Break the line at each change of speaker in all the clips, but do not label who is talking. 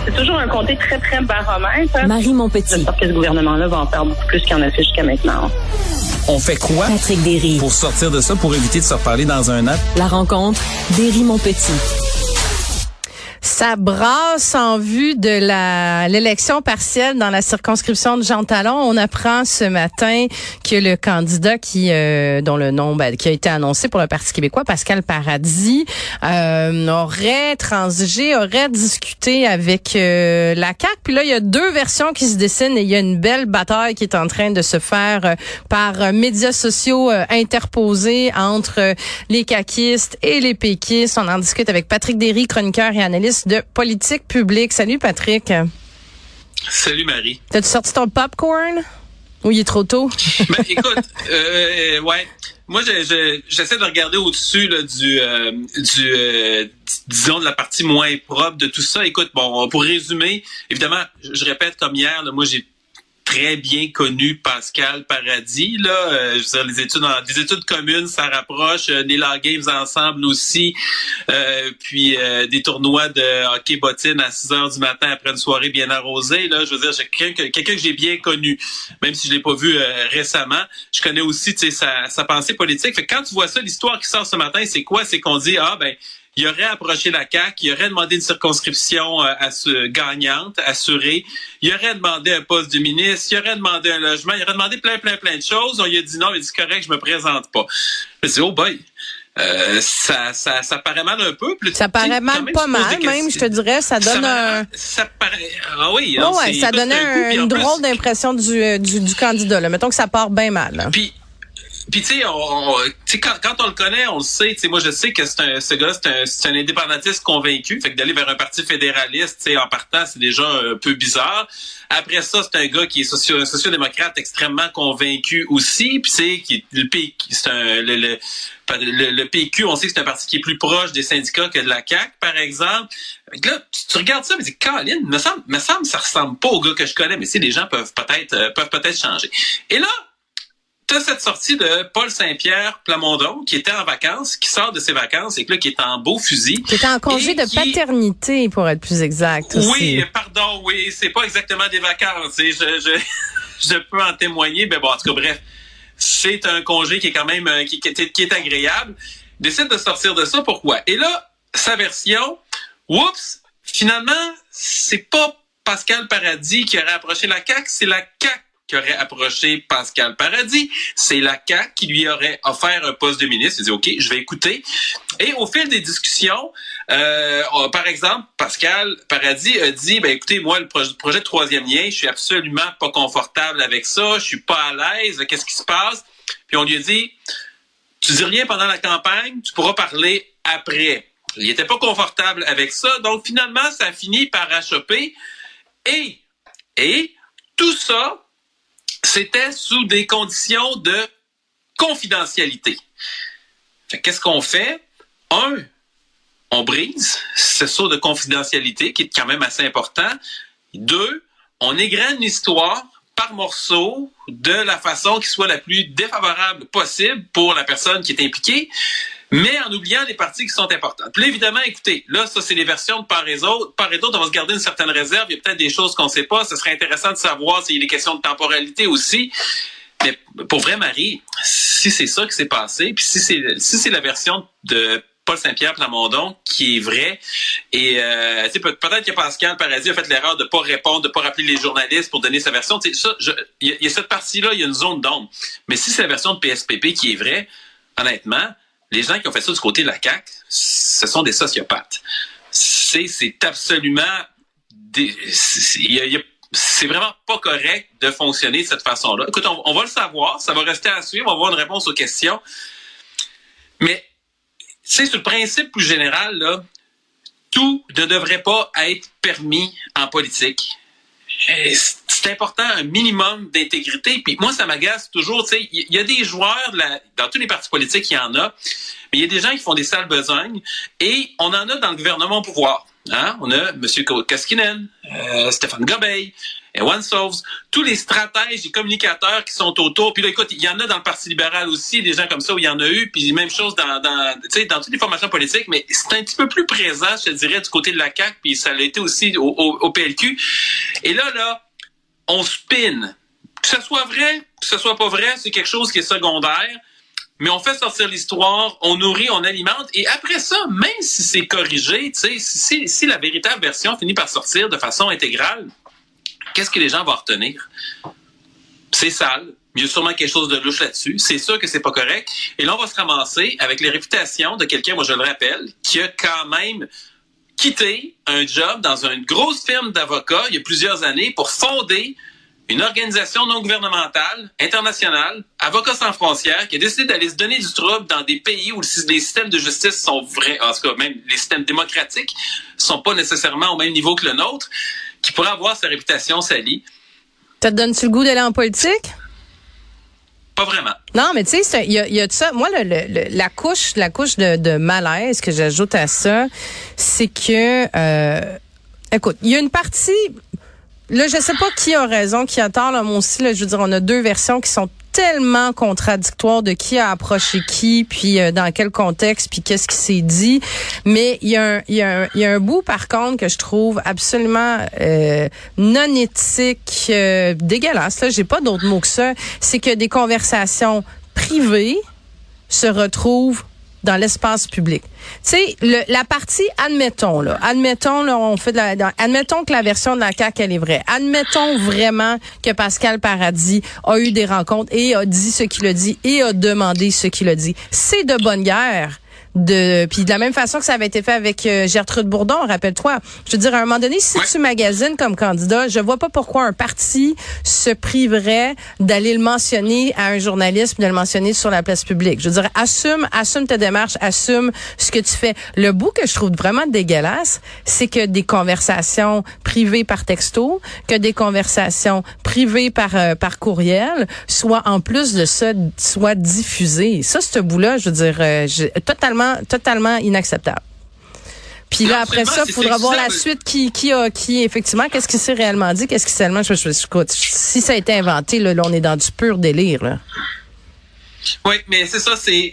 C'est toujours un comté très, très baromètre.
Marie Montpetit.
J'espère que ce gouvernement-là va en faire beaucoup plus qu'il en a fait jusqu'à maintenant.
On fait quoi
Patrick Derry.
pour sortir de ça, pour éviter de se reparler dans un an?
La rencontre, Derry-Montpetit.
Ça brasse en vue de l'élection partielle dans la circonscription de Jean Talon. On apprend ce matin que le candidat dont le nom qui a été annoncé pour le Parti québécois, Pascal Paradis, aurait discuté avec la CAQ. Puis là, il y a deux versions qui se dessinent et il y a une belle bataille qui est en train de se faire par médias sociaux interposés entre les caquistes et les péquistes. On en discute avec Patrick Derry, chroniqueur et analyste de politique publique. Salut Patrick.
Salut Marie.
T'as-tu sorti ton popcorn? Ou il est trop tôt?
Ben écoute, ouais. Moi, j'essaie de regarder au-dessus là, disons de la partie moins propre de tout ça. Écoute, bon, pour résumer, évidemment, je répète comme hier, là, moi j'ai très bien connu Pascal Paradis. Là, je veux dire, les études communes, ça rapproche, des Law Games ensemble aussi, puis des tournois de hockey bottine à 6 heures du matin après une soirée bien arrosée. Là, je veux dire, quelqu'un que j'ai bien connu, même si je l'ai pas vu récemment. Je connais aussi, tu sais, sa pensée politique. Fait que quand tu vois ça, l'histoire qui sort ce matin, c'est quoi? C'est qu'on dit, il aurait approché la CAQ, il aurait demandé une circonscription gagnante, assurée, il aurait demandé un poste de ministre, il aurait demandé un logement, il aurait demandé plein de choses. On lui a dit non, il a dit correct, je me présente pas. Je me dis, oh boy, ça paraît mal un peu. Puis,
ça paraît mal pas mal, même, je te dirais, ça donne
ça paraît, ah oui.
Oh ouais, ça donnait une drôle d'impression du candidat, là. Mettons que ça part bien mal. Là.
Puis tu sais, quand on le connaît, on le sait. Tu sais, moi je sais que ce gars-là, c'est un indépendantiste convaincu. Fait que d'aller vers un parti fédéraliste, tu sais, en partant, c'est déjà un peu bizarre. Après ça, c'est un gars qui est un sociodémocrate extrêmement convaincu aussi. Puis le PQ, on sait que c'est un parti qui est plus proche des syndicats que de la CAQ, par exemple. Fait là, tu regardes ça, mais tu dis, Colin, me semble que ça ressemble pas au gars que je connais, mais les gens peuvent peut-être changer. Et là, t'as cette sortie de Paul Saint-Pierre Plamondon qui était en vacances, qui sort de ses vacances et que là, qui est en beau fusil.
Qui est en congé de paternité, pour être plus exact. Aussi.
Oui, pardon, oui, c'est pas exactement des vacances. Je peux en témoigner, mais bon, en tout cas, bref, c'est un congé qui est quand même qui est agréable. Décide de sortir de ça, pourquoi? Et là, sa version, finalement, c'est pas Pascal Paradis qui aurait approché la CAQ, c'est la CAQ qui aurait approché Pascal Paradis. C'est la CAQ qui lui aurait offert un poste de ministre. Il dit, OK, je vais écouter. Et au fil des discussions, par exemple, Pascal Paradis a dit, écoutez, moi, le projet de troisième lien, je suis absolument pas confortable avec ça. Je suis pas à l'aise. Qu'est-ce qui se passe? Puis on lui a dit, tu dis rien pendant la campagne, tu pourras parler après. Il était pas confortable avec ça. Donc, finalement, ça a fini par achoper. Et tout ça, c'était sous des conditions de confidentialité. Qu'est-ce qu'on fait? On brise ce saut de confidentialité qui est quand même assez important. 2, on égrène l'histoire par morceaux de la façon qui soit la plus défavorable possible pour la personne qui est impliquée, mais en oubliant les parties qui sont importantes. Puis là, évidemment, écoutez, là, ça, c'est les versions de part et d'autre. Part et d'autre, on va se garder une certaine réserve. Il y a peut-être des choses qu'on ne sait pas. Ce serait intéressant de savoir s'il y a des questions de temporalité aussi. Mais pour vrai, Marie, si c'est ça qui s'est passé, puis si c'est la version de Paul Saint-Pierre Plamondon qui est vraie, et peut-être que Pascal Paradis a fait l'erreur de pas répondre, de pas rappeler les journalistes pour donner sa version. Il y a cette partie-là, il y a une zone d'ombre. Mais si c'est la version de PSPP qui est vraie, honnêtement, les gens qui ont fait ça du côté de la CAQ, ce sont des sociopathes. C'est absolument... c'est vraiment pas correct de fonctionner de cette façon-là. Écoute, on va le savoir, ça va rester à suivre, on va avoir une réponse aux questions. Mais, sur le principe plus général, là, tout ne devrait pas être permis en politique. C'est important, un minimum d'intégrité. Puis moi, ça m'agace toujours. Tu sais, il y a des joueurs dans tous les partis politiques, il y en a. Mais mais il y a des gens qui font des sales besognes et on en a dans le gouvernement au pouvoir. Hein? On a M. Koskinen, Stéphane Gobeil, Ewan Sauves, tous les stratèges et communicateurs qui sont autour. Puis là, écoute, il y en a dans le Parti libéral aussi, des gens comme ça où il y en a eu. Puis même chose dans toutes les formations politiques, mais c'est un petit peu plus présent, je te dirais, du côté de la CAQ, puis ça l'a été aussi au PLQ. Et là, on spin. Que ce soit vrai, que ce soit pas vrai, c'est quelque chose qui est secondaire. Mais on fait sortir l'histoire, on nourrit, on alimente, et après ça, même si c'est corrigé, tu sais, si la véritable version finit par sortir de façon intégrale, qu'est-ce que les gens vont retenir? C'est sale. Il y a sûrement quelque chose de louche là-dessus. C'est sûr que c'est pas correct. Et là, on va se ramasser avec les réputations de quelqu'un, moi je le rappelle, qui a quand même quitté un job dans une grosse firme d'avocats il y a plusieurs années pour fonder une organisation non gouvernementale, internationale, Avocats sans frontières, qui a décidé d'aller se donner du trouble dans des pays où les systèmes de justice sont vrais, en tout cas même les systèmes démocratiques sont pas nécessairement au même niveau que le nôtre, qui pourrait avoir sa réputation salie.
Ça te donne-tu le goût d'aller en politique?
Pas vraiment.
Non, mais tu sais, il y a de ça. Moi, la couche de malaise que j'ajoute à ça, c'est que, écoute, il y a une partie. Là, je sais pas qui a raison, qui a tort. Là, moi aussi, là, je veux dire, on a deux versions qui sont tellement contradictoires de qui a approché qui, puis dans quel contexte, puis qu'est-ce qui s'est dit. Mais il y a un bout, par contre, que je trouve absolument non éthique, dégueulasse. Là, j'ai pas d'autre mot que ça. C'est que des conversations privées se retrouvent dans l'espace public. Tu sais, la partie, admettons, on fait admettons que la version de la CAQ, elle est vraie. Admettons vraiment que Pascal Paradis a eu des rencontres et a dit ce qu'il a dit et a demandé ce qu'il a dit. C'est de bonne guerre. Puis de la même façon que ça avait été fait avec Gertrude Bourdon, rappelle-toi. Je veux dire, à un moment donné, si tu magasines comme candidat, je vois pas pourquoi un parti se priverait d'aller le mentionner à un journaliste, de le mentionner sur la place publique. Je veux dire, assume ta démarche, assume ce que tu fais. Le bout que je trouve vraiment dégueulasse, c'est que des conversations privées par texto, que des conversations privées par courriel, soient en plus de ça, soient diffusées. Ça, ce bout-là, je veux dire, totalement inacceptable. Puis là, après ça, il faudra voir la suite qui effectivement, qu'est-ce qui s'est réellement dit, qu'est-ce qui s'est réellement, écoute, si ça a été inventé, là, on est dans du pur délire, là.
Oui, mais c'est ça, c'est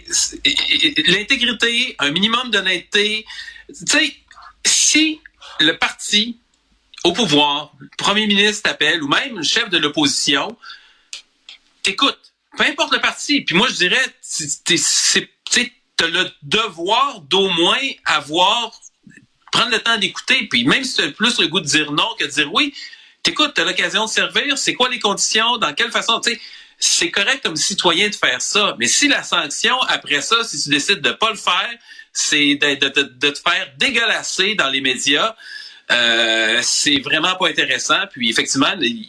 l'intégrité, un minimum d'honnêteté. Tu sais, si le parti au pouvoir, le premier ministre t'appelle, ou même le chef de l'opposition, t'écoutes, peu importe le parti. Puis moi, je dirais, t'as le devoir d'au moins prendre le temps d'écouter, puis même si tu as plus le goût de dire non que de dire oui, t'écoutes, t'as l'occasion de servir, c'est quoi les conditions, dans quelle façon, tu sais, c'est correct comme citoyen de faire ça, mais si la sanction, après ça, si tu décides de pas le faire, c'est de te faire dégueulasser dans les médias, c'est vraiment pas intéressant. Puis effectivement,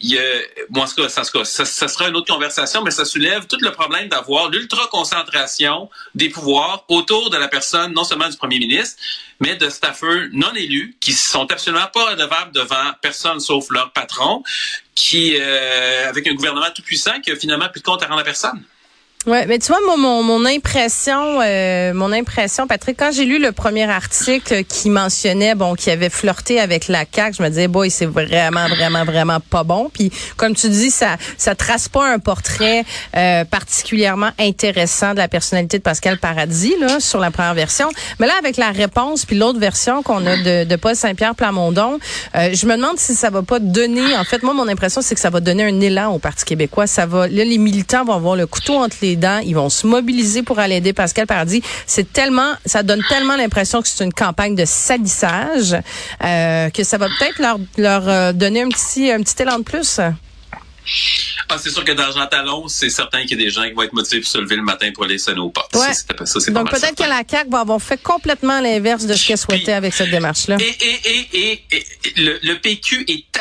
ça sera une autre conversation, mais ça soulève tout le problème d'avoir l'ultra-concentration des pouvoirs autour de la personne, non seulement du premier ministre, mais de staffers non élus, qui sont absolument pas redevables devant personne sauf leur patron, qui avec un gouvernement tout puissant qui a finalement plus de compte à rendre à personne.
Ouais, mais tu vois, moi, mon impression, Patrick, quand j'ai lu le premier article qui mentionnait, qui avait flirté avec la CAQ, je me disais, boy, c'est vraiment pas bon. Puis, comme tu dis, ça trace pas un portrait particulièrement intéressant de la personnalité de Pascal Paradis, là, sur la première version. Mais là, avec la réponse puis l'autre version qu'on a de Paul Saint-Pierre Plamondon, je me demande si ça va pas donner, en fait, moi, mon impression, c'est que ça va donner un élan au Parti québécois. Là, les militants vont avoir le couteau entre les dents, ils vont se mobiliser pour aller aider Pascal Paradis. Ça donne tellement l'impression que c'est une campagne de salissage que ça va peut-être leur donner un petit élan de plus.
Ah, c'est sûr que dans Jean Talon, c'est certain qu'il y a des gens qui vont être motivés pour se lever le matin pour aller sonner aux portes.
Ouais.
C'est
donc peut-être certain que la CAQ va avoir fait complètement l'inverse de ce qu'elle souhaitait avec cette démarche-là.
Et le PQ est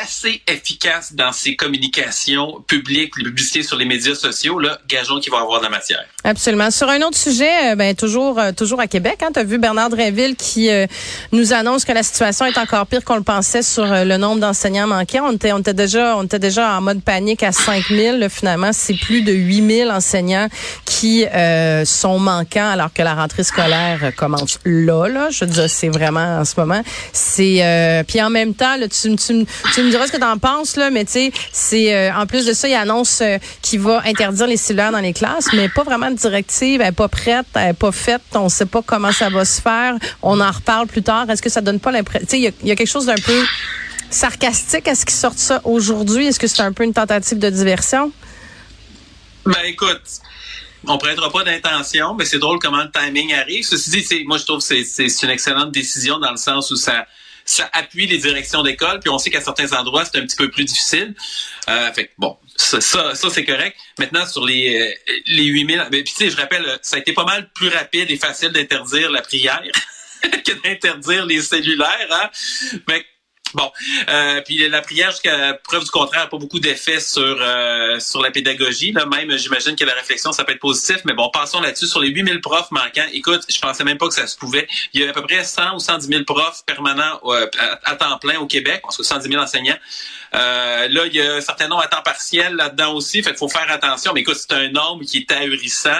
assez efficace dans ses communications publiques, les publicités sur les médias sociaux, là, gageons qu'il va avoir de la matière.
Absolument. Sur un autre sujet, toujours à Québec, hein, tu as vu Bernard Drinville qui nous annonce que la situation est encore pire qu'on le pensait sur le nombre d'enseignants manquants. On était déjà en mode panique à 5000. Là, finalement, c'est plus de 8000 enseignants qui sont manquants alors que la rentrée scolaire commence là. Je veux dire, c'est vraiment en ce moment. C'est puis en même temps, là, tu me diras ce que t'en penses là, mais tu sais, c'est en plus de ça, il annonce qu'il va interdire les cellulaires dans les classes, mais pas vraiment de directive, elle est pas prête, elle est pas faite, on sait pas comment ça va se faire. On en reparle plus tard. Est-ce que ça donne pas l'impression, tu sais, il y a quelque chose d'un peu sarcastique à ce qu'ils sortent ça aujourd'hui. Est-ce que c'est un peu une tentative de diversion?
Ben écoute, on prêtera pas d'intention, mais c'est drôle comment le timing arrive. Ceci dit, moi je trouve que c'est une excellente décision dans le sens où ça appuie les directions d'école, puis on sait qu'à certains endroits, c'est un petit peu plus difficile. Fait que bon, ça c'est correct. Maintenant, sur les 8000, puis tu sais, je rappelle, ça a été pas mal plus rapide et facile d'interdire la prière que d'interdire les cellulaires, hein. Mais bon, puis la prière, jusqu'à preuve du contraire, n'a pas beaucoup d'effet sur la pédagogie. Là, même, j'imagine que la réflexion, ça peut être positif, mais bon, passons là-dessus. Sur les 8000 profs manquants, écoute, je pensais même pas que ça se pouvait. Il y a à peu près 100 ou 110 000 profs permanents à temps plein au Québec, en tout cas 110 000 enseignants. Là, il y a un certain nombre à temps partiel là-dedans aussi, fait qu'il faut faire attention. Mais écoute, c'est un nombre qui est ahurissant.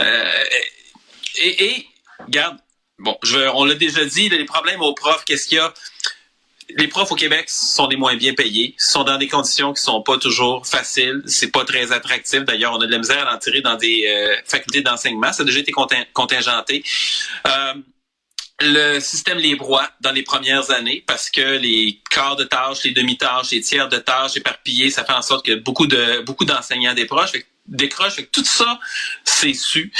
Et regarde, bon, on l'a déjà dit, les problèmes aux profs, qu'est-ce qu'il y a? Les profs au Québec sont les moins bien payés, sont dans des conditions qui sont pas toujours faciles, c'est pas très attractif. D'ailleurs, on a de la misère à en tirer dans des facultés d'enseignement, ça a déjà été contingenté. Le système les broie dans les premières années parce que les quarts de tâches, les demi-tâches, les tiers de tâches éparpillés, ça fait en sorte que beaucoup d'enseignants décrochent. Fait que tout ça, c'est su.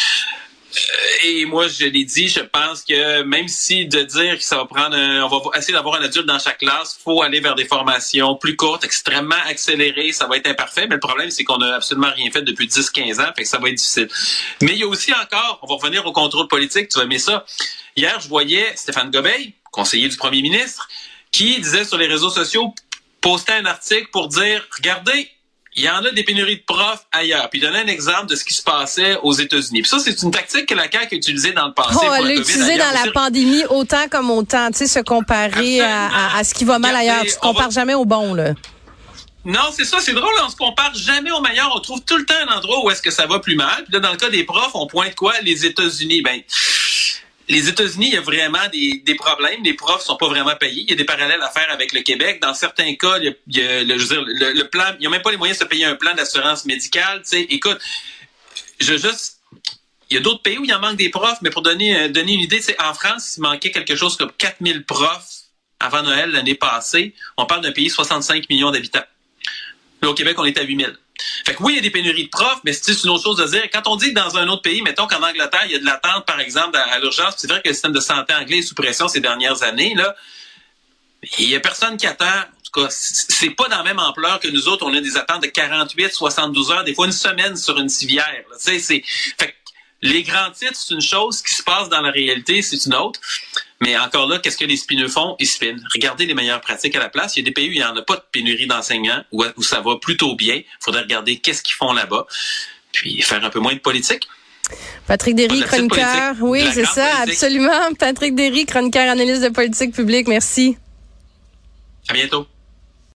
Et moi, je l'ai dit, je pense que même si de dire que ça va prendre on va essayer d'avoir un adulte dans chaque classe, faut aller vers des formations plus courtes, extrêmement accélérées, ça va être imparfait, mais le problème, c'est qu'on n'a absolument rien fait depuis 10-15 ans, fait que ça va être difficile. Mais il y a aussi encore, on va revenir au contrôle politique, tu vas aimer ça. Hier, je voyais Stéphane Gobeil, conseiller du premier ministre, qui disait sur les réseaux sociaux, postait un article pour dire, regardez, il y en a des pénuries de profs ailleurs. Puis il donnait un exemple de ce qui se passait aux États-Unis. Puis ça, c'est une tactique que la CAQ a utilisée dans le passé.
Elle l'a utilisée dans la pandémie autant comme autant. Tu sais, se comparer à ce qui va mal ailleurs. Tu ne compares jamais au bon, là.
Non, c'est ça, c'est drôle, on se compare jamais au meilleur. On trouve tout le temps un endroit où est-ce que ça va plus mal. Puis là, dans le cas des profs, on pointe quoi? Les États-Unis. Ben, les États-Unis, il y a vraiment des problèmes. Les profs sont pas vraiment payés. Il y a des parallèles à faire avec le Québec. Dans certains cas, il y a le plan, il y a même pas les moyens de se payer un plan d'assurance médicale. Tu sais, écoute, il y a d'autres pays où il en manque des profs, mais pour donner une idée, tu sais, en France, il manquait quelque chose comme 4000 profs avant Noël l'année passée. On parle d'un pays de 65 millions d'habitants. Là, au Québec, on est à 8000. Fait que oui, il y a des pénuries de profs, mais c'est une autre chose à dire. Quand on dit que dans un autre pays, mettons qu'en Angleterre, il y a de l'attente, par exemple, à l'urgence, c'est vrai que le système de santé anglais est sous pression ces dernières années, là. Il y a personne qui attend. En tout cas, c'est pas dans la même ampleur que nous autres. On a des attentes de 48, 72 heures, des fois une semaine sur une civière. Tu sais, fait que les grands titres, c'est une chose. Ce qui se passe dans la réalité, c'est une autre. Mais encore là, qu'est-ce que les spineux font? Ils spinent. Regardez les meilleures pratiques à la place. Il y a des pays où il n'y en a pas de pénurie d'enseignants, où ça va plutôt bien. Il faudrait regarder qu'est-ce qu'ils font là-bas, puis faire un peu moins de politique.
Patrick Derry, chroniqueur. Oui, c'est ça, politique. Absolument. Patrick Derry, chroniqueur, analyste de politique publique. Merci.
À bientôt.